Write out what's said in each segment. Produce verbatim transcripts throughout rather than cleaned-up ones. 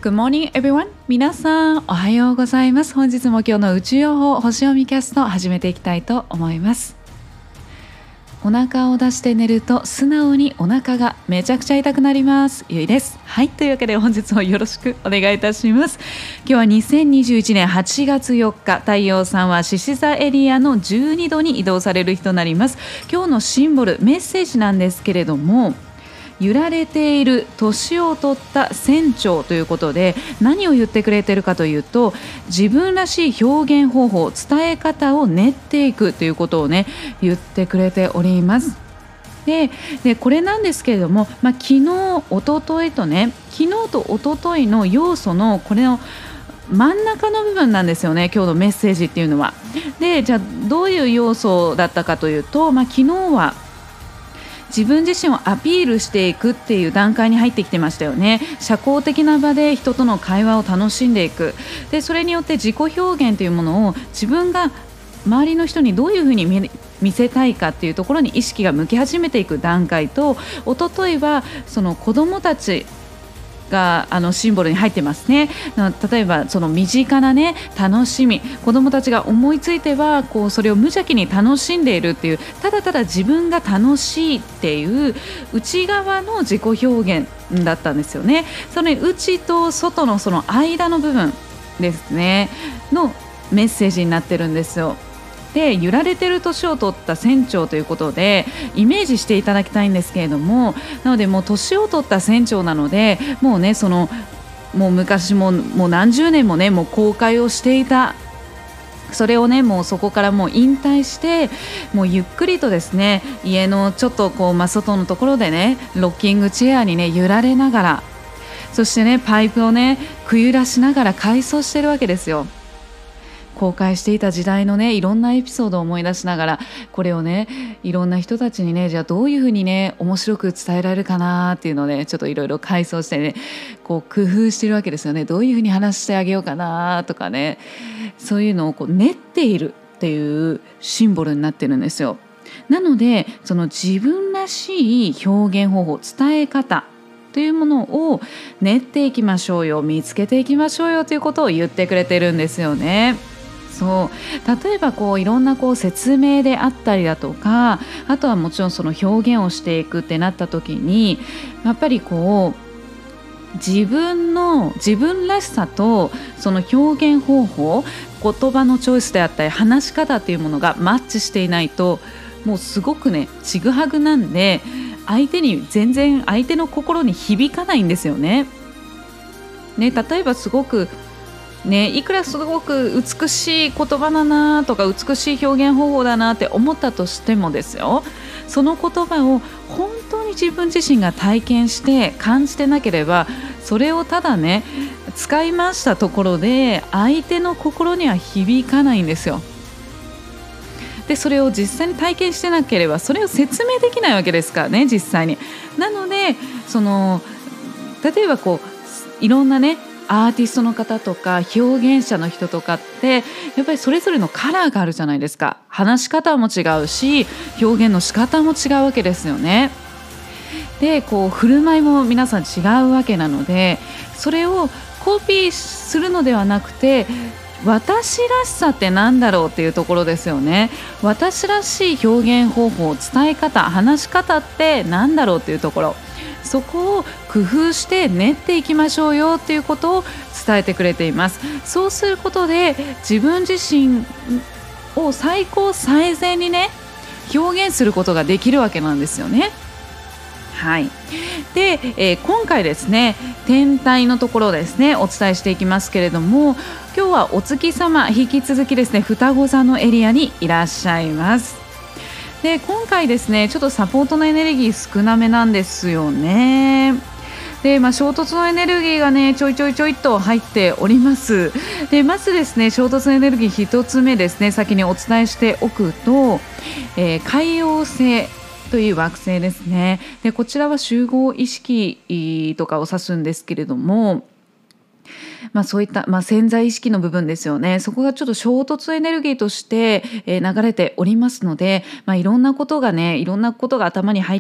Good morning everyone. 皆さんおはようございます。本日も今日の宇宙予報星読みキャスト始めていきたいと思います。お腹を出して寝ると素直にお腹がめちゃくちゃ痛くなります。ゆいです。はい、というわけで本日もよろしくお願いいたします。今日はにせんにじゅういちねんはちがつよっか、太陽さんは獅子座エリアのじゅうにどに移動される日となります。今日のシンボルメッセージなんですけれども、揺られている年を取った船長ということで、何を言ってくれているかというと、自分らしい表現方法、伝え方を練っていくということをね言ってくれております。で, でこれなんですけれども、まあ、昨日おとといとね昨日とおとといの要素のこれの真ん中の部分なんですよね、今日のメッセージっていうのは。でじゃあどういう要素だったかというと、まあ、昨日は自分自身をアピールしていくっていう段階に入ってきてましたよね。社交的な場で人との会話を楽しんでいく。でそれによって自己表現というものを自分が周りの人にどういうふうに 見, 見せたいかっていうところに意識が向き始めていく段階と、一昨日はその子どもたちがあのシンボルに入ってますね。例えばその身近なね楽しみ、子どもたちが思いついてはこうそれを無邪気に楽しんでいるっていう、ただただ自分が楽しいっていう内側の自己表現だったんですよね。その内と外のその間の部分ですねのメッセージになってるんですよ。で揺られてる年を取った船長ということでイメージしていただきたいんですけれども、なのでもう年を取った船長なので、もうねそのもう昔ももう何十年もねもう航海をしていた、それをねもうそこからもう引退して、もうゆっくりとですね家のちょっとこう、まあ、外のところでねロッキングチェアにね揺られながら、そしてねパイプをねくゆらしながら回想してるわけですよ。公開していた時代のねいろんなエピソードを思い出しながら、これをねいろんな人たちにねじゃあどういうふうにね面白く伝えられるかなっていうのをねちょっといろいろ回想してねこう工夫してるわけですよね。どういうふうに話してあげようかなとかね、そういうのをこう練っているっていうシンボルになってるんですよ。なのでその自分らしい表現方法、伝え方というものを練っていきましょうよ、見つけていきましょうよということを言ってくれてるんですよね。そう例えばこういろんなこう説明であったりだとか、あとはもちろんその表現をしていくってなった時に、やっぱりこう自分の自分らしさとその表現方法、言葉のチョイスであったり話し方っていうものがマッチしていないと、もうすごくねちぐはぐなんで相手に全然相手の心に響かないんですよね。ね、例えばすごくね、いくらすごく美しい言葉だなとか美しい表現方法だなって思ったとしてもですよ、その言葉を本当に自分自身が体験して感じてなければ、それをただね使いましたところで相手の心には響かないんですよ。でそれを実際に体験してなければそれを説明できないわけですからね、実際に。なのでその例えばこういろんなねアーティストの方とか表現者の人とかってやっぱりそれぞれのカラーがあるじゃないですか。話し方も違うし表現の仕方も違うわけですよね。でこう振る舞いも皆さん違うわけなので、それをコピーするのではなくて、私らしさって何だろうっていうところですよね。私らしい表現方法、伝え方、話し方って何だろうっていうところ、そこを工夫して練っていきましょうよっていうことを伝えてくれています。そうすることで自分自身を最高最善にね表現することができるわけなんですよね。はい。で、えー、今回ですね天体のところですねお伝えしていきますけれども、今日はお月様引き続きですね双子座のエリアにいらっしゃいます。で今回ですねちょっとサポートのエネルギー少なめなんですよね。で、まあ、衝突のエネルギーがねちょいちょいちょいっと入っております。でまずですね衝突のエネルギーひとつめですね先にお伝えしておくと、えー、海王星という惑星ですね。でこちらは集合意識とかを指すんですけれども、まあ、そういった、まあ、潜在意識の部分ですよね。そこがちょっと衝突エネルギーとして、えー、流れておりますので、まあ、いろんなことがねいろんなことが頭に入って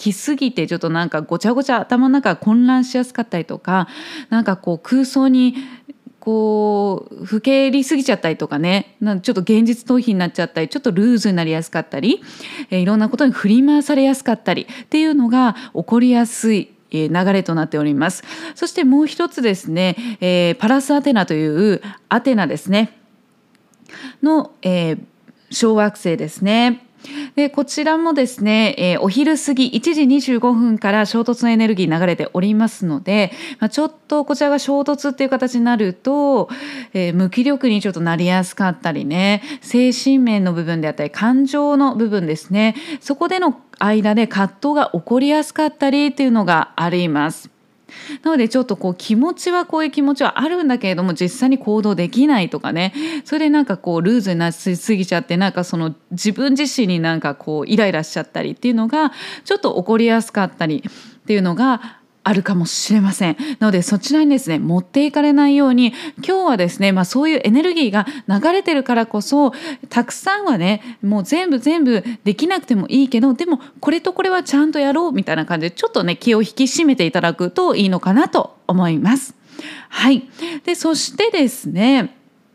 来すぎてちょっとなんかごちゃごちゃ頭の中が混乱しやすかったりとか、なんかこう空想にこうふけりすぎちゃったりとかね、なんかちょっと現実逃避になっちゃったり、ちょっとルーズになりやすかったり、えー、いろんなことに振り回されやすかったりっていうのが起こりやすい流れとなっております。そしてもう一つですね、えー、パラスアテナというアテナですねの、えー、小惑星ですね。でこちらもですね、えー、お昼過ぎいちじにじゅうごふんから衝突のエネルギー流れておりますので、まあ、ちょっとこちらが衝突っていう形になると、えー、無気力にちょっとなりやすかったりね、精神面の部分であったり感情の部分ですね、そこでの間で葛藤が起こりやすかったりっていうのがあります。なのでちょっとこう気持ちはこういう気持ちはあるんだけれども実際に行動できないとかね、それでなんかこうルーズになりすぎちゃって、なんかその自分自身になんかこうイライラしちゃったりっていうのがちょっと起こりやすかったりっていうのがあるかもしれません。なのでそちらにですね持っていかれないように、今日はですね、まあ、そういうエネルギーが流れてるからこそたくさんはねもう全部全部できなくてもいいけど、でもこれとこれはちゃんとやろうみたいな感じでちょっとね気を引き締めていただくといいのかなと思います。はい。でそしてですね、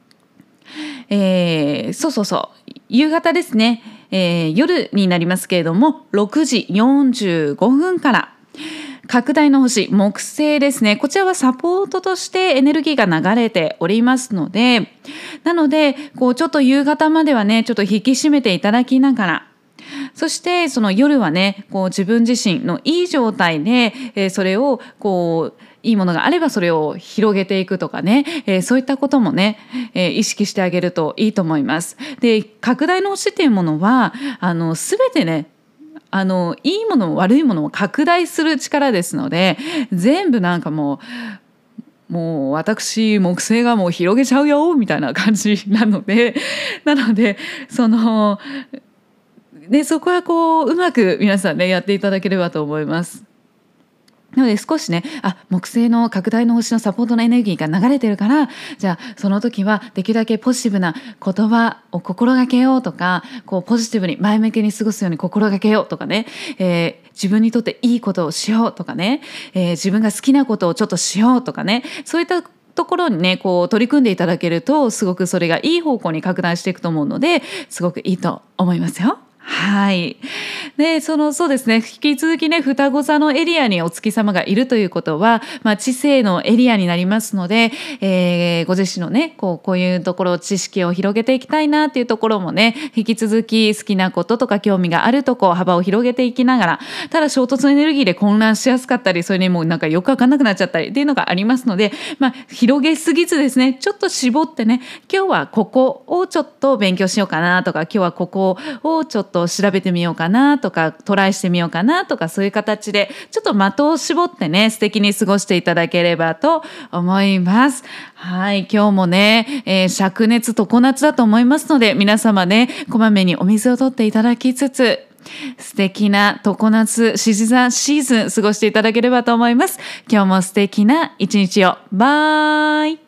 えー、そうそうそう夕方ですね、えー、夜になりますけれどもろくじよんじゅうごふんから拡大の星木星ですね、こちらはサポートとしてエネルギーが流れておりますので、なのでこうちょっと夕方まではねちょっと引き締めていただきながら、そしてその夜はねこう自分自身のいい状態で、えー、それをこういいものがあればそれを広げていくとかね、えー、そういったこともね、えー、意識してあげるといいと思います。で拡大の星っていうものはあの全てねあのいいものも悪いものも拡大する力ですので、全部なんかもうもう私木星がもう広げちゃうよみたいな感じなのでなのでそのでそこはこううまく皆さんねやっていただければと思います。なので少しね、あ、木星の拡大の星のサポートのエネルギーが流れてるから、じゃあその時はできるだけポジティブな言葉を心がけようとか、こうポジティブに前向きに過ごすように心がけようとかね、えー、自分にとっていいことをしようとかね、えー、自分が好きなことをちょっとしようとかね、そういったところにねこう取り組んでいただけるとすごくそれがいい方向に拡大していくと思うので、すごくいいと思いますよ。はい。で、その、そうですね。引き続きね、双子座のエリアにお月様がいるということは、まあ、知性のエリアになりますので、えー、ご自身のね、こう、こういうところ、知識を広げていきたいなっていうところもね、引き続き好きなこととか興味があるとこ、幅を広げていきながら、ただ衝突エネルギーで混乱しやすかったり、それにもうなんかよくわかんなくなっちゃったりっていうのがありますので、まあ、広げすぎずですね、ちょっと絞ってね、今日はここをちょっと勉強しようかなとか、今日はここをちょっと調べてみようかなとかトライしてみようかなとか、そういう形でちょっと的を絞ってね素敵に過ごしていただければと思います。はい、今日もね、えー、灼熱常夏だと思いますので、皆様ねこまめにお水を取っていただきつつ素敵な常夏獅子座シーズン過ごしていただければと思います。今日も素敵な一日を。バイ。